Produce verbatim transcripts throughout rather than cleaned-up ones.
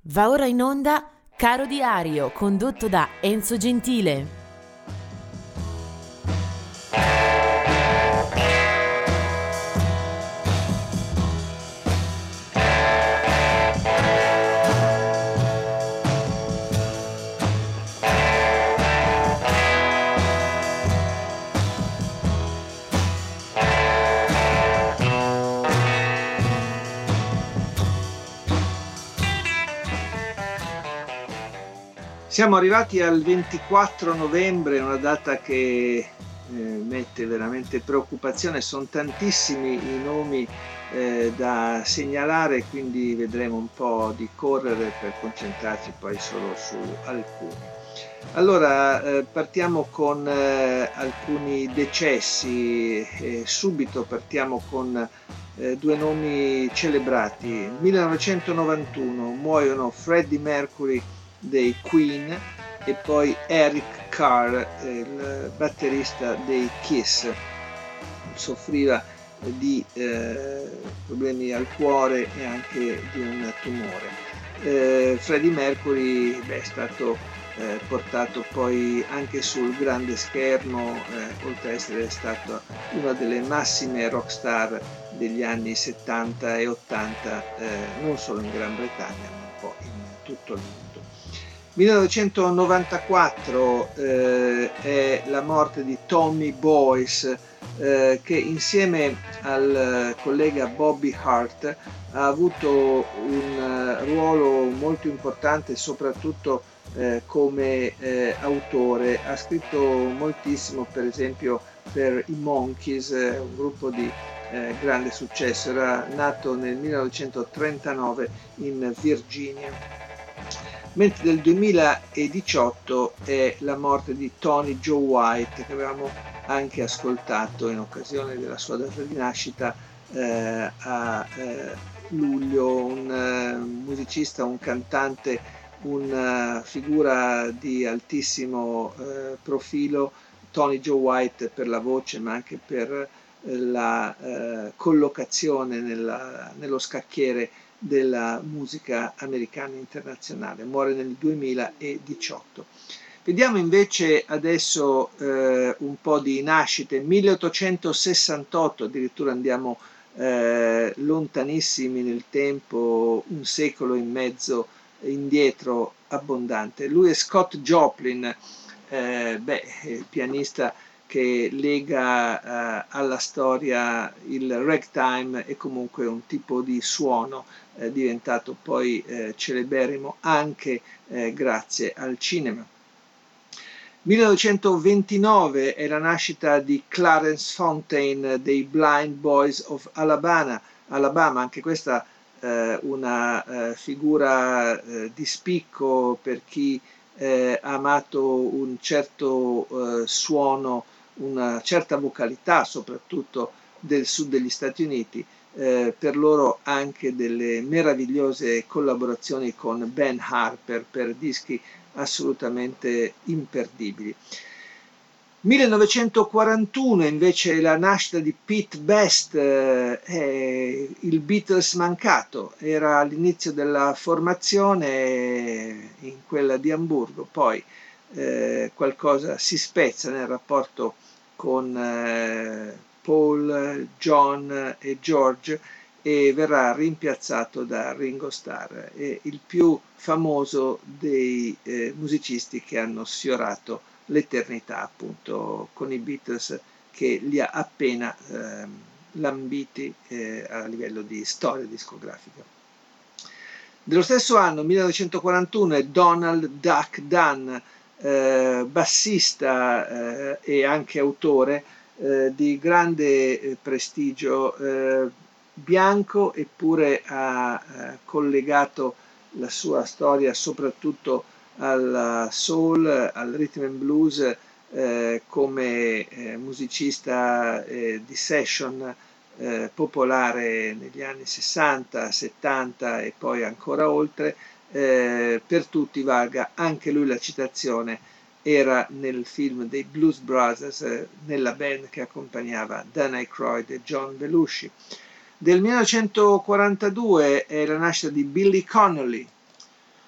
Va ora in onda Caro Diario, condotto da Enzo Gentile. Siamo arrivati al ventiquattro novembre, una data che eh, mette veramente preoccupazione. Sono tantissimi i nomi eh, da segnalare, quindi vedremo un po' di correre per concentrarci poi solo su alcuni. Allora, eh, partiamo con eh, alcuni decessi e subito partiamo con eh, due nomi celebrati. millenovecentonovantuno muoiono Freddie Mercury dei Queen e poi Eric Carr, il batterista dei Kiss. Soffriva di eh, problemi al cuore e anche di un tumore. Eh, Freddie Mercury beh, è stato eh, portato poi anche sul grande schermo, eh, oltre ad essere stato una delle massime rock star degli anni settanta e ottanta, eh, non solo in Gran Bretagna ma un po' in tutto il mondo. millenovecentonovantaquattro eh, è la morte di Tommy Boyce, eh, che insieme al collega Bobby Hart ha avuto un uh, ruolo molto importante soprattutto eh, come eh, autore. Ha scritto moltissimo, per esempio per i Monkees, eh, un gruppo di eh, grande successo. Era nato nel millenovecentotrentanove in Virginia. Mentre del duemiladiciotto è la morte di Tony Joe White, che avevamo anche ascoltato in occasione della sua data di nascita eh, a eh, luglio, un uh, musicista, un cantante, una figura di altissimo eh, profilo. Tony Joe White per la voce ma anche per la eh, collocazione nella, nello scacchiere della musica americana internazionale. Muore nel duemiladiciotto. Vediamo invece adesso eh, un po' di nascite. milleottocentosessantotto, addirittura andiamo eh, lontanissimi nel tempo, un secolo e mezzo indietro abbondante. Lui è Scott Joplin, eh, beh, pianista che lega uh, alla storia il ragtime e comunque un tipo di suono eh, diventato poi eh, celeberrimo anche eh, grazie al cinema. millenovecentoventinove è la nascita di Clarence Fontaine dei Blind Boys of Alabama, Alabama anche questa eh, una eh, figura eh, di spicco per chi eh, ha amato un certo eh, suono, una certa vocalità soprattutto del sud degli Stati Uniti, eh, per loro anche delle meravigliose collaborazioni con Ben Harper per dischi assolutamente imperdibili. millenovecentoquarantuno invece la nascita di Pete Best, eh, è il Beatles mancato, era all'inizio della formazione in quella di Amburgo, poi eh, qualcosa si spezza nel rapporto con eh, Paul, John e George e verrà rimpiazzato da Ringo Starr, è il più famoso dei eh, musicisti che hanno sfiorato l'eternità, appunto con i Beatles, che li ha appena eh, lambiti eh, a livello di storia discografica. Dello stesso anno, millenovecentoquarantuno, è Donald Duck Dunn, eh, bassista eh, e anche autore eh, di grande eh, prestigio, eh, bianco, eppure ha eh, collegato la sua storia soprattutto al soul, al rhythm and blues, eh, come eh, musicista eh, di session eh, popolare negli anni sessanta, settanta e poi ancora oltre. Eh, per tutti valga anche lui la citazione, era nel film dei Blues Brothers, eh, nella band che accompagnava Dan Aykroyd e John Belushi. Del millenovecentoquarantadue è la nascita di Billy Connolly,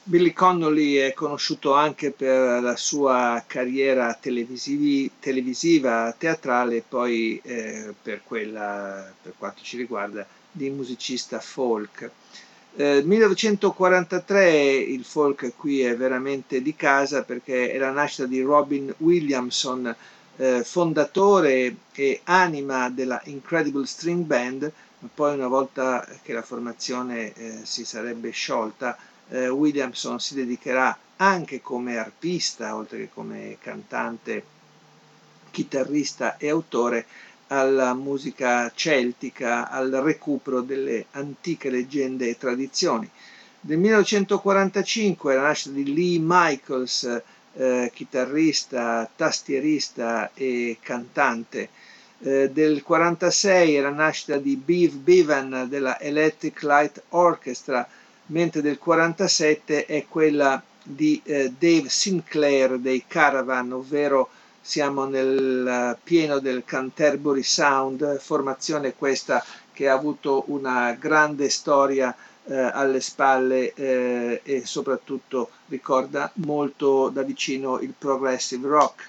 Billy Connolly è conosciuto anche per la sua carriera televisivi, televisiva, teatrale e poi eh, per quella, per quanto ci riguarda, di musicista folk. Eh, millenovecentoquarantatré il folk qui è veramente di casa perché è la nascita di Robin Williamson, eh, fondatore e anima della Incredible String Band, ma poi una volta che la formazione eh, si sarebbe sciolta, eh, Williamson si dedicherà anche come arpista, oltre che come cantante, chitarrista e autore, alla musica celtica, al recupero delle antiche leggende e tradizioni. Nel millenovecentoquarantacinque la nascita di Lee Michaels, eh, chitarrista, tastierista e cantante. Eh, del quarantasei è la nascita di Bev Bevan della Electric Light Orchestra, mentre del quarantasette è quella di eh, Dave Sinclair dei Caravan, ovvero siamo nel pieno del Canterbury Sound, formazione questa che ha avuto una grande storia eh, alle spalle eh, e soprattutto ricorda molto da vicino il progressive rock.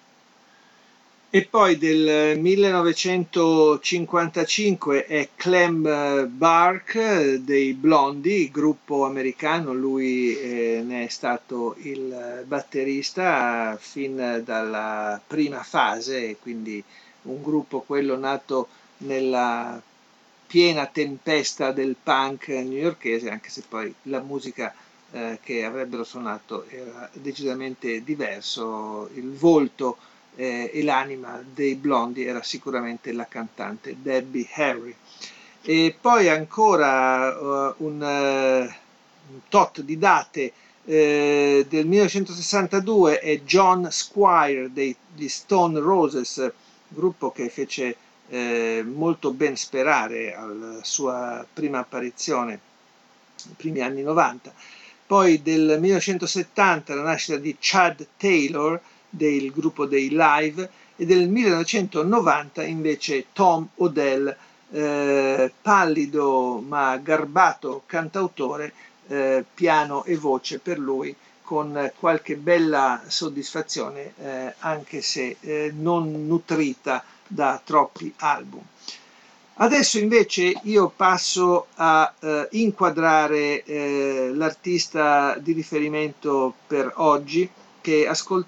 E poi del millenovecentocinquantacinque è Clem Burke dei Blondie, gruppo americano, lui eh, ne è stato il batterista fin dalla prima fase, quindi un gruppo quello nato nella piena tempesta del punk newyorkese, anche se poi la musica eh, che avrebbero suonato era decisamente diverso, il volto Eh, e l'anima dei Blondie era sicuramente la cantante Debbie Harry. E poi ancora uh, un, uh, un tot di date eh, del millenovecentosessantadue è John Squire degli Stone Roses, gruppo che fece eh, molto ben sperare alla sua prima apparizione nei primi anni novanta. Poi del millenovecentosettanta la nascita di Chad Taylor del gruppo dei Live e del millenovecentonovanta invece Tom Odell, eh, pallido ma garbato cantautore, eh, piano e voce per lui, con qualche bella soddisfazione eh, anche se eh, non nutrita da troppi album. Adesso invece io passo a eh, inquadrare eh, l'artista di riferimento per oggi, che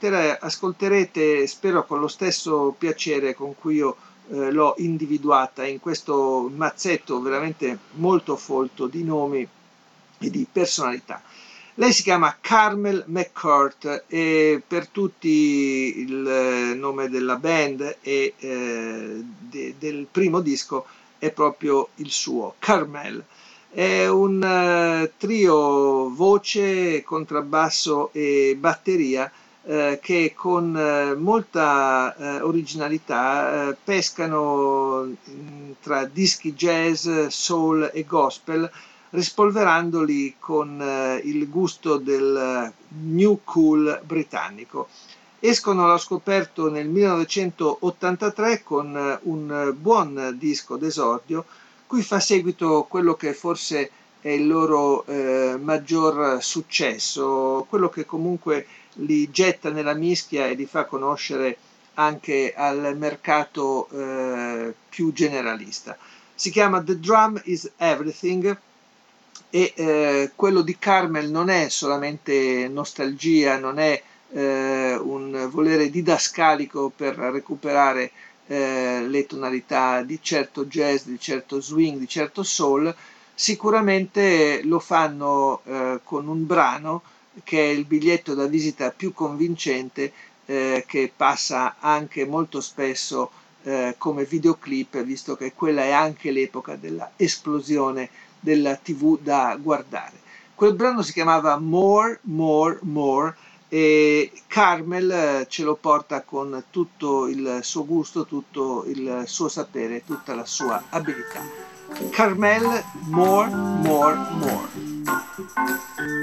ascolterete spero con lo stesso piacere con cui io eh, l'ho individuata in questo mazzetto veramente molto folto di nomi e di personalità. Lei si chiama Carmel McCourt e per tutti il nome della band e eh, de, del primo disco è proprio il suo, Carmel. È un uh, trio voce, contrabbasso e batteria eh, che con eh, molta eh, originalità eh, pescano mh, tra dischi jazz, soul e gospel, rispolverandoli con eh, il gusto del new cool britannico. Escono allo scoperto nel millenovecentottantatré con un buon disco d'esordio, cui fa seguito quello che forse è il loro eh, maggior successo, quello che comunque li getta nella mischia e li fa conoscere anche al mercato eh, più generalista. Si chiama The Drum is Everything e eh, quello di Carmel non è solamente nostalgia, non è eh, un volere didascalico per recuperare eh, le tonalità di certo jazz, di certo swing, di certo soul. Sicuramente lo fanno eh, con un brano che è il biglietto da visita più convincente, eh, che passa anche molto spesso eh, come videoclip, visto che quella è anche l'epoca della esplosione della tivù da guardare. Quel brano si chiamava More, More, More e Carmel ce lo porta con tutto il suo gusto, tutto il suo sapere, tutta la sua abilità. Carmel, More, More, More.